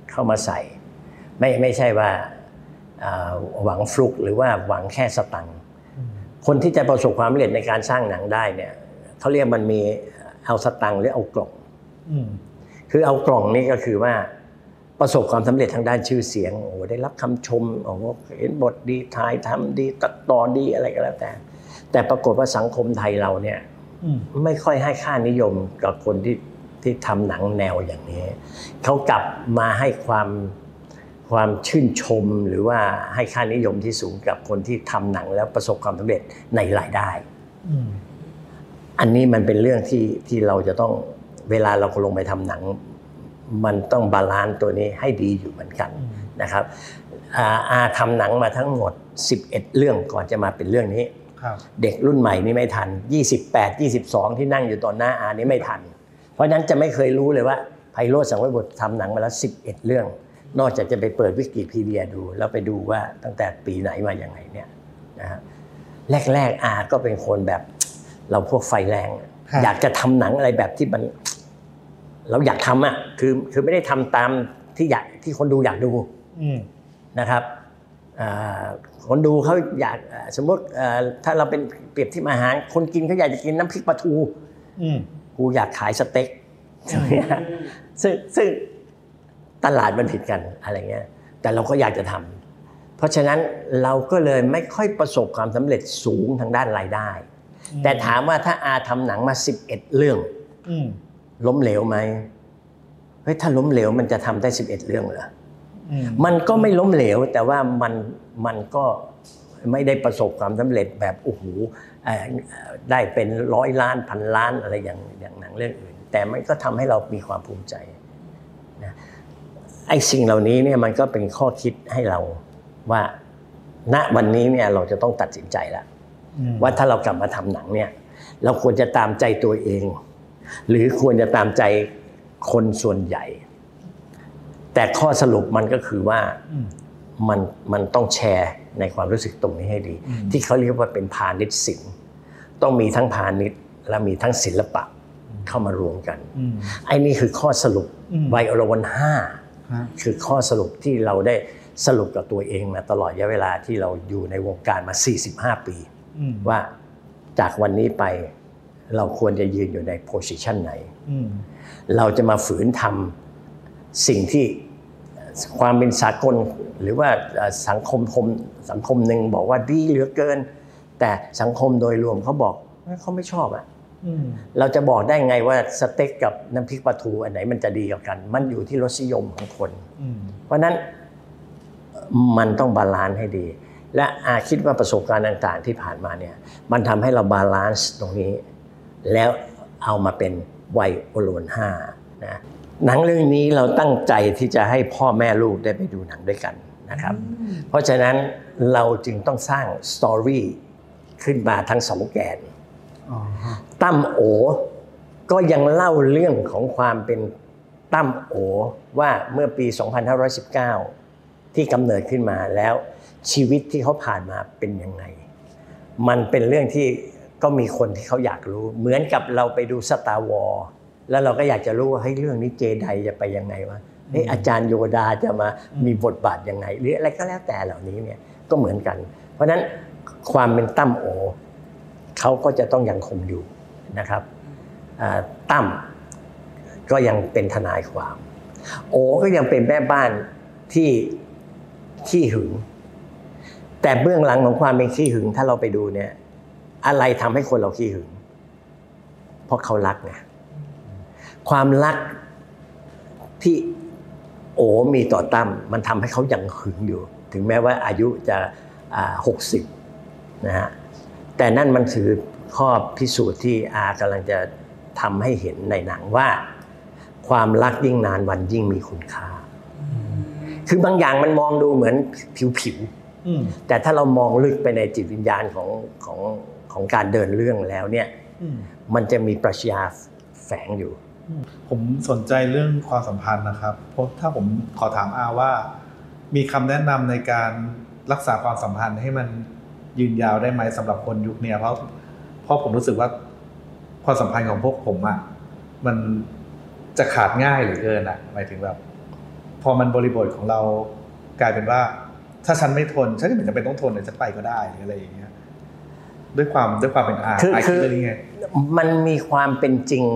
เข้ามาใส่ไม่ใช่ว่าหวังฟลุกหรือว่าหวังแค่สตังค์คนที่จะประสบความสำเร็จในการสร้างหนังได้เนี่ยเขาเรียกมันมีเอาสตังค์หรือเอากล่องคือเอากล่องนี่ก็คือว่าประสบความสำเร็จทางด้านชื่อเสียงโอ้ได้รับคำชมโอ้เห็นบทดีถ่ายทำดีตัดต่อดีอะไรก็แล้วแต่ปรากฏว่าสังคมไทยเราเนี่ยไม่ค่อยให้ค่านิยมกับคนที่ทำหนังแนวอย่างนี้เขากลับมาให้ความชื่นชมหรือว่าให้ค่านิยมที่สูงกับคนที่ทำหนังแล้วประสบความสำเร็จในรายได้อันนี้มันเป็นเรื่องที่เราจะต้องเวลาเราลงไปทำหนังมันต้องบาลานซ์ตัวนี้ให้ดีอยู่เหมือนกันนะครับทำหนังมาทั้งหมด11เรื่องก่อนจะมาเป็นเรื่องนี้เด็กรุ่นใหม่นี่ไม่ทัน28 22ที่นั่งอยู่ต่อหน้านี่ไม่ทันเพราะนั้นจะไม่เคยรู้เลยว่าไพโรจน์ สังเวยบุตรทำหนังมาแล้ว11เรื่องนอกจากจะไปเปิดวิกิพีเดียดูแล้วไปดูว่าตั้งแต่ปีไหนมาอย่างไรเนี่ยนะฮะแรกก็เป็นคนแบบเราพวกไฟแรงอยากจะทำหนังอะไรแบบที่มันเราอยากทำคือไม่ได้ทำตามที่คนดูอยากดูนะครับคนดูเขาอยากสมมติถ้าเราเป็นเปรียบที่อาหารคนกินเขาอยากจะกินน้ำพริกปลาทูกูอยากขายสเต็กซึ่งตลาดมันผิดกันอะไรเงี้ยแต่เราก็อยากจะทำเพราะฉะนั้นเราก็เลยไม่ค่อยประสบความสำเร็จสูงทางด้านรายได้แต่ถามว่าถ้าทำหนังมา11เรื่องล้มเหลวไหมเฮ้ยถ้าล้มเหลวมันจะทำได้11เรื่องเหรอมันก็ไม่ล้มเหลวแต่ว่ามันก็ไม่ได้ประสบความสำเร็จแบบโอ้โหได้เป็น100 ล้านพันล้านอะไรอย่างหนังเรื่องอื่นแต่มันก็ทำให้เรามีความภูมิใจนะไอ้สิ่งเหล่านี้เนี่ยมันก็เป็นข้อคิดให้เราว่าณวันนี้เนี่ยเราจะต้องตัดสินใจแล้วว่าถ้าเรากลับมาทำหนังเนี่ยเราควรจะตามใจตัวเองหรือควรจะตามใจคนส่วนใหญ่แต่ข้อสรุปมันก็คือว่ามันต้องแชร์ในความรู้สึกตรงนี้ให้ดีที่เขาเรียกว่าเป็นพาณิชย์ศิลป์ต้องมีทั้งพาณิชย์และมีทั้งศิลปะเข้ามารวมกันไอ้นี่คือข้อสรุปไวโอลวัน5คือข้อสรุปที่เราได้สรุปกับตัวเองมาตลอดระยะเวลาที่เราอยู่ในวงการมา45ปีว่าจากวันนี้ไปเราควรจะยืนอยู่ในโพสิชันไหนเราจะมาฝืนทำสิ่งที่ความเป็นสากลหรือว่าสังคมหนึ่งบอกว่าดีเหลือเกินแต่สังคมโดยรวมเขาบอกเขาไม่ชอบเราจะบอกได้ไงว่าสเต็กกับน้ำพริกปลาทูอันไหนมันจะดีกว่ากันมันอยู่ที่รสนิยมของคนเพราะนั้นมันต้องบาลานซ์ให้ดีและคิดว่าประสบการณ์ต่างๆที่ผ่านมาเนี่ยมันทำให้เราบาลานซ์ตรงนี้แล้วเอามาเป็นไวโอลวัน5นะหนังเรื่องนี้เราตั้งใจที่จะให้พ่อแม่ลูกได้ไปดูหนังด้วยกันนะครับเพราะฉะนั้นเราจึงต้องสร้างสตอรี่ขึ้นมาทั้ง2แกนตั้มโอก็ยังเล่าเรื่องของความเป็นตั้มโอว่าเมื่อปี2519ที่กำเนิดขึ้นมาแล้วชีวิตที่เขาผ่านมาเป็นยังไงมันเป็นเรื่องที่ก็มีคนที่เขาอยากรู้เหมือนกับเราไปดู Star Wars แล้วเราก็อยากจะรู้ว่าเรื่องนี้เจไดจะไปยังไงวะอาจารย์โยดาจะมามีบทบาทยังไงหรืออะไรก็แล้วแต่เหล่านี้เนี่ยก็เหมือนกันเพราะฉะนั้นความเป็นตั้มโอเขาก็จะต้องยังคงอยู่นะครับตั้มก็ยังเป็นทนายความโอก็ยังเป็นแม่บ้านที่ขี้หึงแต่เบื้องหลังของความเป็นขี้หึงถ้าเราไปดูเนี่ยอะไรทำให้คนเราขี้หึงเพราะเขารักไงความรักที่โอมีต่อตั้มมันทำให้เขายังหึงอยู่ถึงแม้ว่าอายุจะ60นะฮะแต่นั่นมันคือข้อพิสูจน์ที่กำลังจะทำให้เห็นในหนังว่าความรักยิ่งนานวันยิ่งมีคุณค่าคือบางอย่างมันมองดูเหมือนผิวแต่ถ้าเรามองลึกไปในจิตวิญญาณของการเดินเรื่องแล้วเนี่ยมันจะมีปรัชญาแฝงอยู่ผมสนใจเรื่องความสัมพันธ์นะครับเพราะถ้าผมขอถามว่ามีคำแนะนำในการรักษาความสัมพันธ์ให้มันยืนยาวได้ไหมสำหรับคนยุคนี้เพราะผมรู้สึกว่าความสัมพันธ์ของพวกผมมันจะขาดง่ายเหลือเกินหมายถึงแบบพอมันบริบทของเรากลายเป็นว่าถ้าฉันไม่ทนฉันก็ไม่จำเป็นต้องทนเลยฉันไปก็ได้หรืออะไรอย่างเงี้ยด้วยความเป็นคิดเรื่องนี้ไงมันมีความเป็นจริง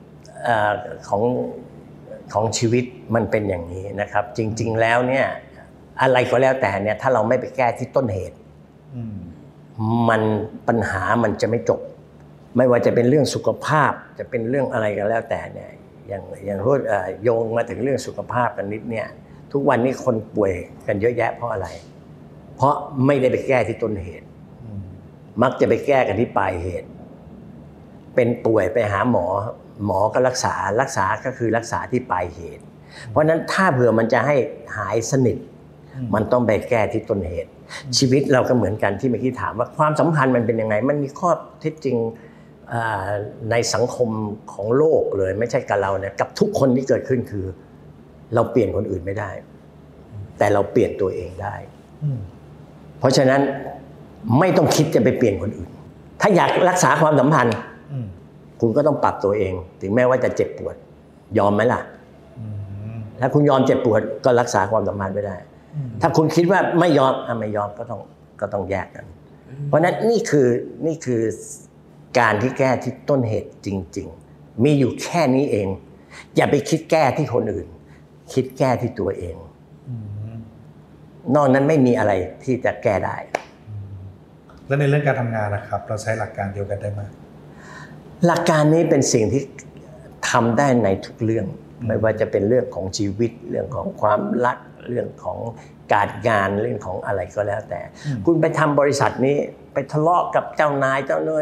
ของชีวิตมันเป็นอย่างนี้นะครับจริงๆแล้วเนี่ยอะไรก็แล้วแต่เนี่ยถ้าเราไม่ไปแก้ที่ต้นเหตุมันปัญหามันจะไม่จบไม่ว่าจะเป็นเรื่องสุขภาพจะเป็นเรื่องอะไรก็แล้วแต่เนี่ยอย่างพูดโยงมาถึงเรื่องสุขภาพกันนิดเนี่ยทุกวันนี้คนป่วยกันเยอะแยะเพราะอะไรเพราะไม่ได้ไปแก้ที่ต้นเหตุมักจะไปแก้กันที่ปลายเหตุเป็นป่วยไปหาหมอก็รักษาก็คือรักษาที่ปลายเหตุเพราะฉะนั้นถ้าเผื่อมันจะให้หายสนิทมันต้องไปแก้ที่ต้นเหตุชีวิตเราก็เหมือนกันที่เมื่อกี้ถามว่าความสัมพันธ์มันเป็นยังไงมันมีข้อเท็จจริงในสังคมของโลกเลยไม่ใช่กับเราเนี่ยกับทุกคนที่เกิดขึ้นคือเราเปลี่ยนคนอื่นไม่ได้แต่เราเปลี่ยนตัวเองได้เพราะฉะนั้นไม่ต้องคิดจะไปเปลี่ยนคนอื่นถ้าอยากรักษาความสัมพันธ์คุณก็ต้องปรับตัวเองถึงแม้ว่าจะเจ็บปวดยอมไหมล่ะถ้าคุณยอมเจ็บปวดก็รักษาความสัมพันธ์ไม่ได้ถ้าคุณคิดว่าไม่ยอมก็ต้องแยกกันเพราะนั้นนี่คือการที่แก้ที่ต้นเหตุจริงๆมีอยู่แค่นี้เองอย่าไปคิดแก้ที่คนอื่นคิดแก้ที่ตัวเองนอกนั้นไม่มีอะไรที่จะแก้ได้แล้วในเรื่องการทำงานนะครับเราใช้หลักการเดียวกันได้ไหมหลักการนี้เป็นสิ่งที่ทำได้ในทุกเรื่องไม่ว่าจะเป็นเรื่องของชีวิตเรื่องของความรักเรื่องของการงานเรื่องของอะไรก็แล้วแต่คุณไปทำบริษัทนี้ไปทะเลาะกับเจ้านาย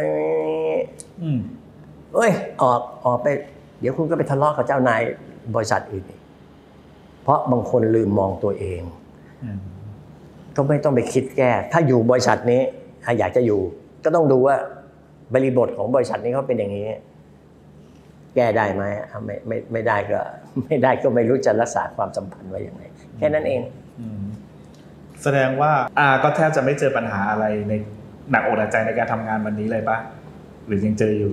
เอ้ยออกไปเดี๋ยวคุณก็ไปทะเลาะกับเจ้านายบริษัทอื่นเพราะบางคนลืมมองตัวเองก็ไม่ต้องไปคิดแก้ถ้าอยู่บริษัทนี้อยากจะอยู่ก็ต้องดูว่าบริบทของบริษัทนี้เขาเป็นอย่างนี้แก้ได้ไหมไม่ได้ก็ไม่รู้จะรักษาความสัมพันธ์ไว้อย่างไรแค่นั้นเองแสดงว่าก็แทบจะไม่เจอปัญหาอะไรในหนักอกหนักใจในการทำงานวันนี้เลยปะหรือยังเจออยู่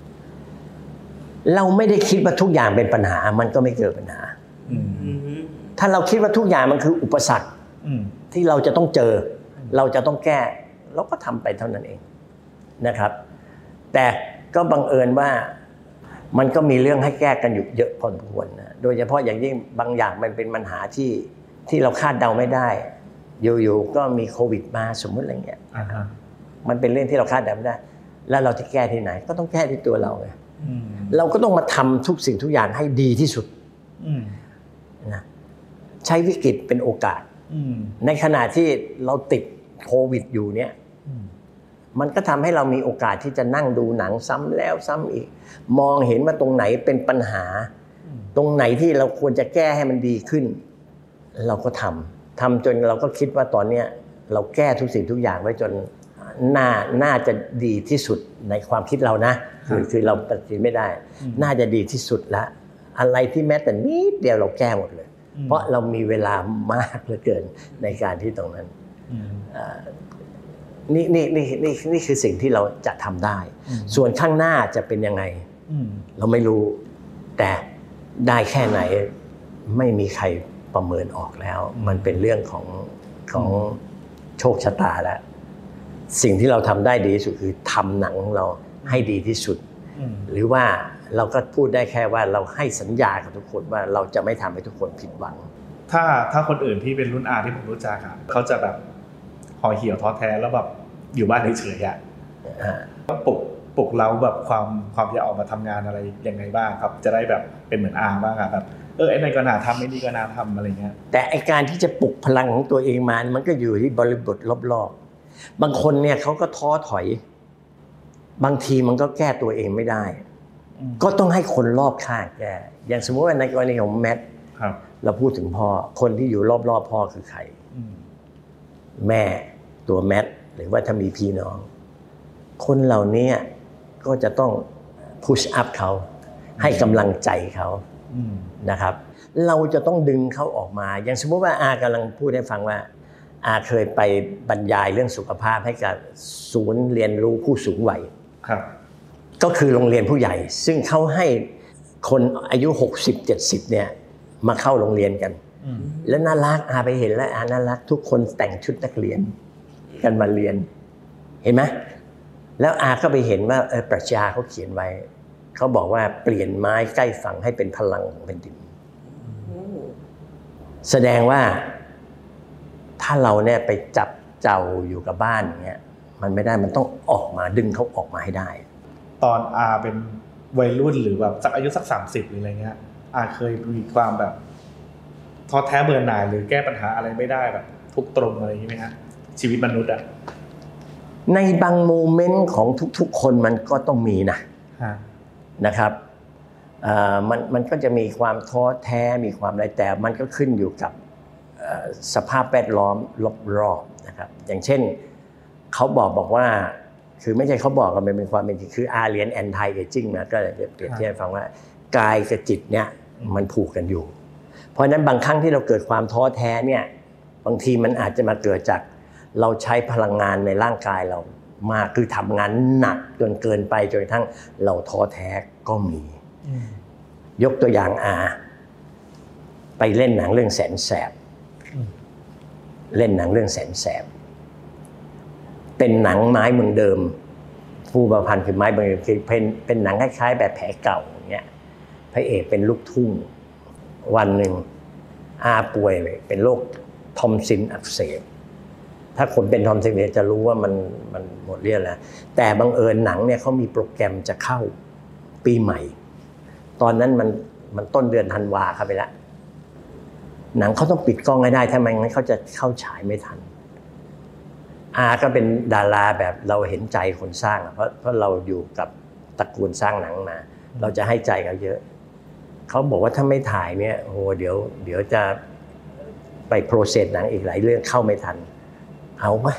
เราไม่ได้คิดว่าทุกอย่างเป็นปัญหามันก็ไม่เกิดปัญหาถ้าเราคิดว่าทุกอย่างมันคืออุปสรรคที่เราจะต้องเจอเราจะต้องแก้เราก็ทำไปเท่านั้นเองนะครับแต่ก็บังเอิญว่ามันก็มีเรื่องให้แก้กันอยู่เยอะพอสมควรนะโดยเฉพาะอย่างยิ่งบางอย่างมันเป็นปัญหาที่เราคาดเดาไม่ได้อยู่ๆก็มีโควิดมาสมมุติอะไรเงี้ยมันเป็นเรื่องที่เราคาดเดาไม่ได้แล้วเราจะแก้ที่ไหนก็ต้องแก้ที่ตัวเราไงเราก็ต้องมาทำทุกสิ่งทุกอย่างให้ดีที่สุดนะใช้วิกฤตเป็นโอกาสในขณะที่เราติดโควิดอยู่เนี่ยมันก็ทำให้เรามีโอกาสที่จะนั่งดูหนังซ้ำแล้วซ้ำอีกมองเห็นว่าตรงไหนเป็นปัญหาตรงไหนที่เราควรจะแก้ให้มันดีขึ้นเราก็ทำจนเราก็คิดว่าตอนนี้เราแก้ทุกสิ่งทุกอย่างไว้จนน่าจะดีที่สุดในความคิดเรานะคือเราตัดสินไม่ได้น่าจะดีที่สุดละอะไรที่แม้แต่นิดเดียวเราแก้หมดเลยเพราะเรามีเวลามากเหลือเกินในการที่ตรงนั้นนี่คือสิ่งที่เราจะทำได้ส่วนข้างหน้าจะเป็นยังไงเราไม่รู้แต่ได้แค่ไหนไม่มีใครประเมินออกแล้วมันเป็นเรื่องของโชคชะตาแล้วสิ่งที่เราทำได้ดีที่สุดคือทำหนังเราให้ดีที่สุดหรือว่าเราก็พูดได้แค่ว่าเราให้สัญญากับทุกคนว่าเราจะไม่ทำให้ทุกคนผิดหวังถ้าคนอื่นที่เป็นรุ่นอาที่ผมรู้จักครับเขาจะแบบห่อเหี่ยวท้อแท้แล้วแบบอยู่บ้านเฉยๆอ่ะก็ปลุกเราแบบความอยากออกมาทำงานอะไรยังไงบ้างครับจะได้แบบเป็นเหมือนอาบ้างอ่ะแบบไอ้นั่นก็น่าทำไอ้นี่ก็น่าทำอะไรเงี้ยแต่ไอ้การที่จะปลุกพลังของตัวเองมามันก็อยู่ที่บริบทรอบๆบางคนเนี่ยเขาก็ท้อถอยบางทีมันก็แก้ตัวเองไม่ได้ก็ต้องให้คนรอบข้างแก้อย่างสมมติว่าในกรณีของแมทเราพูดถึงพ่อคนที่อยู่รอบๆพ่อคือใครแม่ตัวแมทหรือว่าถ้ามีพี่น้องคนเหล่านี้ก็จะต้องพุชอัพเขาให้กำลังใจเขานะครับเราจะต้องดึงเขาออกมาอย่างสมมติว่าอากำลังพูดให้ฟังว่าอาเคยไปบรรยายเรื่องสุขภาพให้กับศูนย์เรียนรู้ผู้สูงวัยก็คือโรงเรียนผู้ใหญ่ซึ่งเขาให้คนอายุ60-70เนี่ยมาเข้าโรงเรียนกันแล้วน่ารักอาไปเห็นแล้วน่ารักทุกคนแต่งชุดนักเรียนกันมาเรียนเห็นไหมแล้วอาก็ไปเห็นว่าปรัชญาเขาเขียนไว้เขาบอกว่าเปลี่ยนไม้ใกล้ฝั่งให้เป็นพลังของแผ่นดินแสดงว่าถ้าเราเนี่ยไปจับเจ้าอยู่กับบ้านอย่างเงี้ยมันไม่ได้มันต้องออกมาดึงเขาออกมาให้ได้ตอนอาเป็นวัยรุ่นหรือแบบสักอายุสัก30หรืออะไรเงี้ยอาเคยมีความแบบท้อแท้เบื่อหน่ายหรือแก้ปัญหาอะไรไม่ได้แบบทุกตรงอะไรอย่างนี้ไหมฮะชีวิตมนุษย์อะในบางโมเมนต์ของทุกๆคนมันก็ต้องมีนะครับมันก็จะมีความท้อแท้มีความอะไรแต่มันก็ขึ้นอยู่กับสภาพแวดล้อมรอบๆนะครับอย่างเช่นเขาบอกว่าคือไม่ใช่เขาบอกกันเป็นความเป็นจริงคืออาเรียน anti aging นะก็จะเปรียบเทียบให้ฟังว่ากายกับจิตเนี่ยมันผูกกันอยู่เพราะฉะนั้นบางครั้งที่เราเกิดความท้อแท้เนี่ยบางทีมันอาจจะมาเกิดจากเราใช้พลังงานในร่างกายเรามากคือทำงานหนักจนเกินไปจนกระทั่งเราท้อแท้ก็มียกตัวอย่างไปเล่นหนังเรื่องแสนแสบเล่นหนังเรื่องแสนแสบเป็นหนังไม้เมืองเดิมผู้ประพันธ์คือไม้เมืองเดิมคือเป็นหนังคล้ายๆแบบแผลเก่าอย่างเงี้ยพระเอกเป็นลูกทุ่งวันหนึ่งอาป่วยเป็นโรคทอมซินอักเสบถ้าคนเป็นทอมซินจะรู้ว่ามันหมดเรื่องแล้วแต่บังเอิญหนังเนี่ยเขามีโปรแกรมจะเข้าปีใหม่ตอนนั้นมันต้นเดือนธันวาเข้าไปแล้วหนังเขาต้องปิดกล้องให้ได้ถ้าไม่งั้นเขาจะเข้าฉายไม่ทันอาก็เป็นดาราแบบเราเห็นใจคนสร้างเพราะเราอยู่กับตระกูลสร้างหนังมาเราจะให้ใจเขาเยอะเขาบอกว่าถ้าไม่ถ่ายเนี่ยโอ้เดี๋ยวจะไปโปรเซสหนังอีกหลายเรื่องเข้าไม่ทันเอาไหม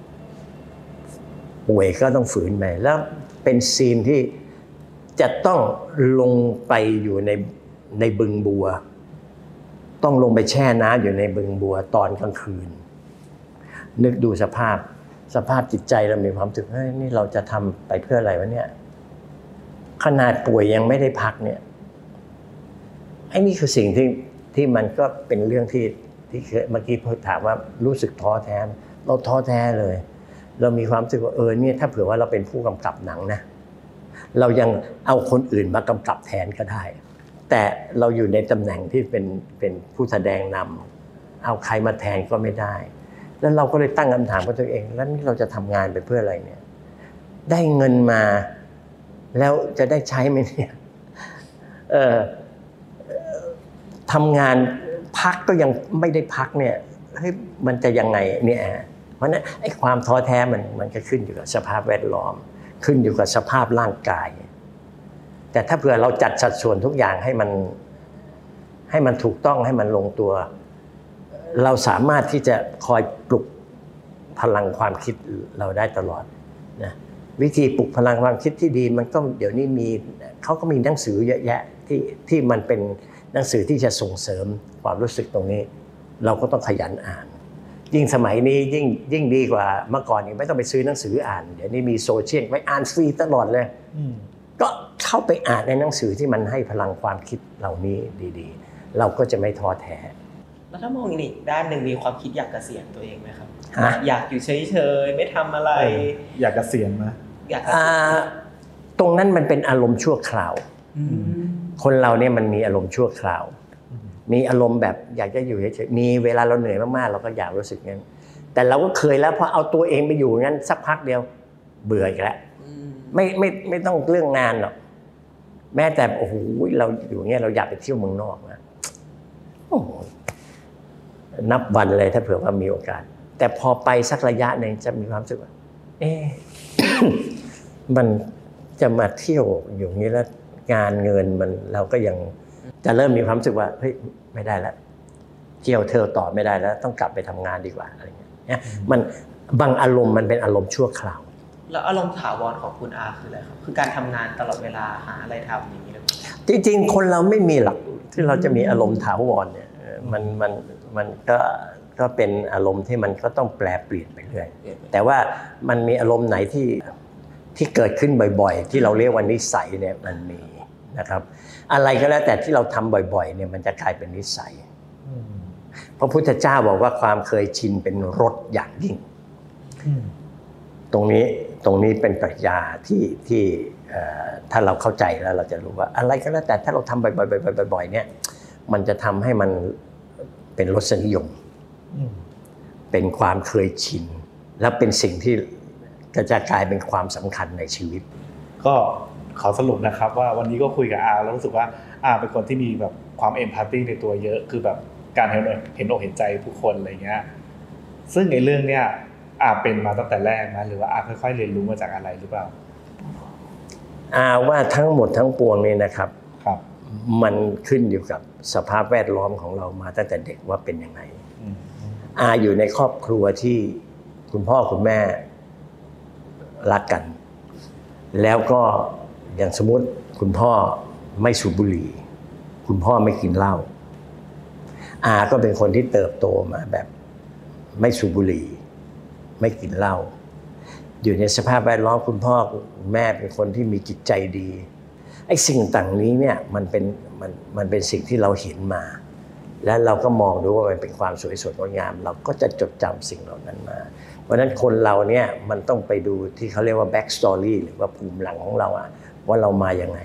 ป่วยก็ต้องฝืนไปแล้วเป็นซีนที่จะต้องลงไปอยู่ในบึงบัวต้องลงไปแช่น้ำอยู่ในบึงบัวตอนกลางคืนนึกดูสภาพจิตใจเรามีความรู้สึกเฮ้ยนี่เราจะทำไปเพื่ออะไรวะเนี่ยขนาดป่วยยังไม่ได้พักเนี่ยไอ้นี่คือสิ่งที่มันก็เป็นเรื่องที่เมื่อกี้ถามว่ารู้สึกท้อแท้เราท้อแท้เลยเรามีความรู้สึกว่าเนี่ยถ้าเผื่อว่าเราเป็นผู้กำกับหนังนะเรายังเอาคนอื่นมากำกับแทนก็ได้แต่เราอยู่ในตำแหน่งที่เป็นผู้แสดงนำเอาใครมาแทนก็ไม่ได้แล้วเราก็เลยตั้งคำถามกับตัวเองแล้วนี่เราจะทำงานไปเพื่ออะไรเนี่ยได้เงินมาแล้วจะได้ใช้ไหมเนี่ยทำงานพักก็ยังไม่ได้พักเนี่ยเฮ้ยมันจะยังไงเนี่ยเพราะนั้นไอ้ความท้อแท้มันก็ขึ้นอยู่กับสภาพแวดล้อมขึ้นอยู่กับสภาพร่างกายแต่ถ้าเผื่อเราจัดสัดส่วนทุกอย่างให้มันถูกต้องให้มันลงตัวเราสามารถที่จะคอยปลุกพลังความคิดเราได้ตลอดนะวิธีปลุกพลังความคิดที่ดีมันก็เดี๋ยวนี้เขาก็มีหนังสือเยอะแยะที่มันเป็นหนังสือที่จะส่งเสริมความรู้สึกตรงนี้เราก็ต้องขยันอ่านยิ่งสมัยนี้ยิ่งดีกว่าเมื่อก่อนนี่ไม่ต้องไปซื้อหนังสืออ่านเดี๋ยวนี้มีโซเชียลไปอ่านฟรีตลอดเลยก็เข้าไปอ่านในหนังสือที่มันให้พลังความคิดเหล่านี้ดีๆเราก็จะไม่ท้อแท้แล้วถ้ามองอีกด้านหนึ่งมีความคิดอยากเกษียณตัวเองไหมครับอยากอยู่เฉยๆไม่ทำอะไรอยากเกษียณไหมอยากตรงนั้นมันเป็นอารมณ์ชั่วคราวคนเราเนี่ยมันมีอารมณ์ชั่วคราวมีอารมณ์แบบอยากจะอยู่เฉยๆมีเวลาเราเหนื่อยมากๆเราก็อยากรู้สึกงั้นแต่เราก็เคยแล้วพอเอาตัวเองไปอยู่งั้นสักพักเดียวเบื่ออีกแล้วไม่ต้องเรื่องงานหรอกแม้แต่โอ้โหเราอยู่เงี้ยเราอยากไปเที่ยวเมืองนอกนะโอ้โหนับวันเลยถ้าเผื่อว่ามีโอกาสแต่พอไปสักระยะนึงจะมีความรู้สึกว่ามันจะมาเที่ยวอยู่นี้แล้วงานเงินมันเราก็ยังจะเริ่มมีความรู้สึกว่าเฮ้ยไม่ได้แล้วเที่ยวต่อไม่ได้แล้วต้องกลับไปทำงานดีกว่าอะไรเงี้ยมันบางอารมณ์มันเป็นอารมณ์ชั่วคราวแล้วอารมณ์ถาวรของคุณอาคืออะไรครับคือการทำงานตลอดเวลาหาอะไรทำอย่างนี้เลยจริงๆคนเราไม่มีหลักที่เราจะมีอารมณ์ถาวรเนี่ยมันก็เป็นอารมณ์ที่มันก็ต้องแปรเปลี่ยนไปเรื่อยแต่ว่ามันมีอารมณ์ไหนที่เกิดขึ้นบ่อยๆที่เราเรียกว่านิสัยเนี่ยมันมีนะครับอะไรก็แล้วแต่ที่เราทำบ่อยๆเนี่ยมันจะกลายเป็นนิสัยพระพุทธเจ้าบอกว่าความเคยชินเป็นรสอย่างยิ่งตรงนี้เป็นปรัชญาที่ถ้าเราเข้าใจแล้วเราจะรู้ว่าอะไรก็แล้วแต่ถ้าเราทำบ่อยๆเนี่ยมันจะทำให้มันเป็นรสนิยมเป็นความเคยชินและเป็นสิ่งที่จะกลายเป็นความสำคัญในชีวิตก็ขอสรุปนะครับว่าวันนี้ก็คุยกับอาแล้วรู้สึกว่าอาเป็นคนที่มีแบบความเอมพาธีในตัวเยอะคือแบบการเห็นอกเห็นใจผู้คนอะไรเงี้ยซึ่งในเรื่องเนี้ยอาเป็นมาตั้งแต่แรกนะหรือว่าอาค่อยๆเรียนรู้มาจากอะไรหรือเปล่าว่าทั้งหมดทั้งปวงนี่นะครับมันขึ้นอยู่กับสภาพแวดล้อมของเรามาตั้งแต่เด็กว่าเป็นยังไงอยู่ในครอบครัวที่คุณพ่อคุณแม่รักกันแล้วก็อย่างสมมติคุณพ่อไม่สูบบุหรี่คุณพ่อไม่กินเหล้าก็เป็นคนที่เติบโตมาแบบไม่สูบบุหรี่ไม่กินเหล้าอยู่ในสภาพแวดล้อมคุณพ่อคุณแม่เป็นคนที่มีจิตใจดีไอ้สิ่งต่างนี้เนี่ยมันเป็นสิ่งที่เราเห็นมาและเราก็มองดูว่ามันเป็นความสวยสดงดงามเราก็จะจดจำสิ่งเหล่านั้นมาเพราะฉะนั้นคนเราเนี่ยมันต้องไปดูที่เขาเรียกว่า back story หรือว่าภูมิหลังของเราว่าเรามาอย่างไง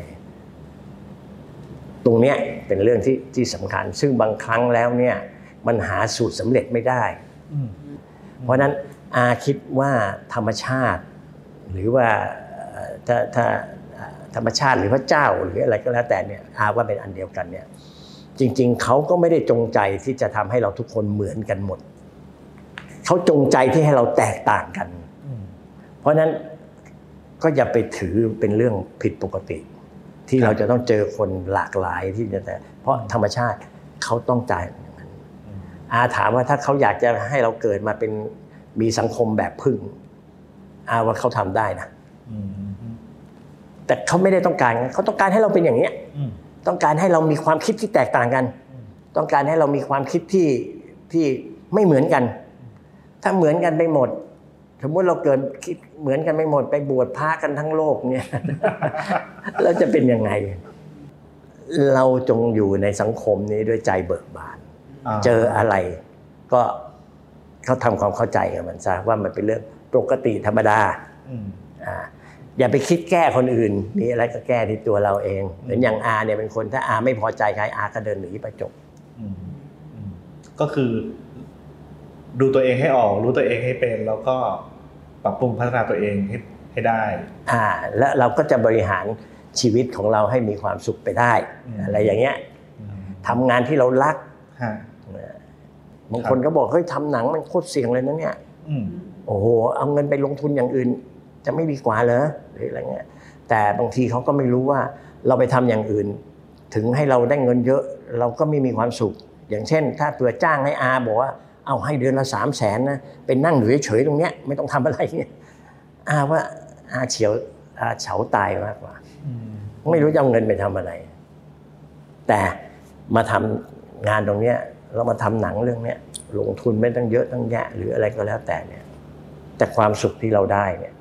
ตรงเนี้ยเป็นเรื่องที่สำคัญซึ่งบางครั้งแล้วเนี่ยมันหาสูตรสำเร็จไม่ได้เพราะฉะนั้นคิดว่าธรรมชาติหรือว่าถ้าธรรมชาติหรือพระเจ้าหรืออะไรก็แล้วแต่เนี่ยว่าเป็นอันเดียวกันเนี่ยจริงๆเขาก็ไม่ได้จงใจที่จะทำให้เราทุกคนเหมือนกันหมดเขาจงใจที่ให้เราแตกต่างกันเพราะฉะนั้นก็อย่าไปถือเป็นเรื่องผิดปกติที่เราจะต้องเจอคนหลากหลายที่จะแต่เพราะธรรมชาติเขาต้องจ่ายอย่างนั้นถามว่าถ้าเขาอยากจะให้เราเกิดมาเป็นมีสังคมแบบผึ้งว่าเขาทำได้นะแต่เขาไม่ได้ต้องการเขาต้องการให้เราเป็นอย่างนี้ต้องการให้เรามีความคิดที่แตกต่างกันต้องการให้เรามีความคิดที่ไม่เหมือนกันถ้าเหมือนกันไปหมดสมมติเราเกิดคิดเหมือนกันไปหมดไปบวชพระกันทั้งโลกเนี่ยแล้วจะเป็นยังไงเราจงอยู่ในสังคมนี้ด้วยใจเบิกบานเจออะไรก็เขาทำความเข้าใจกับมันซะว่ามันเป็นเรื่องปกติธรรมดาอย่าไปคิดแก้คนอื่นมีอะไรก็แก้ที่ตัวเราเองเหมือนอย่างเนี่ยเป็นคนถ้าไม่พอใจใครก็เดินหนีไปจบก็คือดูตัวเองให้ออกรู้ตัวเองให้เป็นแล้วก็ปรับปรุงพัฒนาตัวเองให้ได้แล้วเราก็จะบริหารชีวิตของเราให้มีความสุขไปได้อะไรอย่างเงี้ยทำงานที่เรารักบางคนก็บอกเฮ้ยทำหนังมันโคตรเสี่ยงเลยนะเนี่ยโอ้โหเอาเงินไปลงทุนอย่างอื่นจะไม่ดีกว่าเหรอหรืออะไรเงี้ยแต่บางทีเขาก็ไม่รู้ว่าเราไปทำอย่างอื่นถึงให้เราได้เงินเยอะเราก็ไม่มีความสุขอย่างเช่นถ้าเผื่อจ้างให้บอกว่าเอาให้เดือนละ300,000นะเป็นนั่งอยู่เฉยๆตรงเนี้ยไม่ต้องทำอะไรเงี้ยว่าเฉาตายมากกว่าไม่รู้จะเอาเงินไปทำอะไรแต่มาทำงานตรงเนี้ยเรามาทำหนังเรื่องเนี้ยลงทุนไม่ต้องเยอะต้องแยะหรืออะไรก็แล้วแต่เนี่ยแต่ความสุขที่เราได้เนี่ย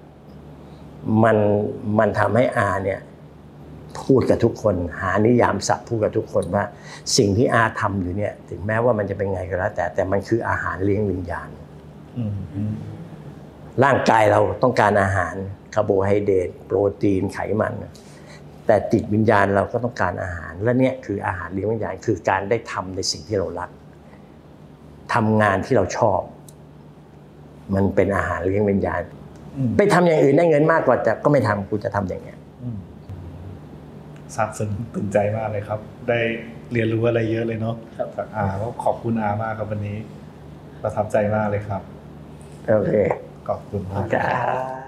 มันทำให้เนี่ยพูดกับทุกคนหานิยามศัพท์พูดกับทุกคนว่าสิ่งที่ทำอยู่เนี่ยถึงแม้ว่ามันจะเป็นไงก็แล้วแต่มันคืออาหารเลี้ยงวิญญาณร่างกายเราต้องการอาหารคาร์โบไฮเดรตโปรตีนไขมันแต่จิตวิญญาณเราก็ต้องการอาหารและเนี่ยคืออาหารเลี้ยงวิญญาณคือการได้ทำในสิ่งที่เรารักทำงานที่เราชอบมันเป็นอาหารเลี้ยงวิญญาณไปทำอย่างอื่นได้เงินมากกว่าแต่ก็ไม่ทำกูจะทำอย่างเงี้ยซาบซึ้งตื่นใจมากเลยครับได้เรียนรู้อะไรเยอะเลยเนาะจากก็ขอบคุณมากครับวันนี้ประทับใจมากเลยครับโอเคขอบคุณมากครับ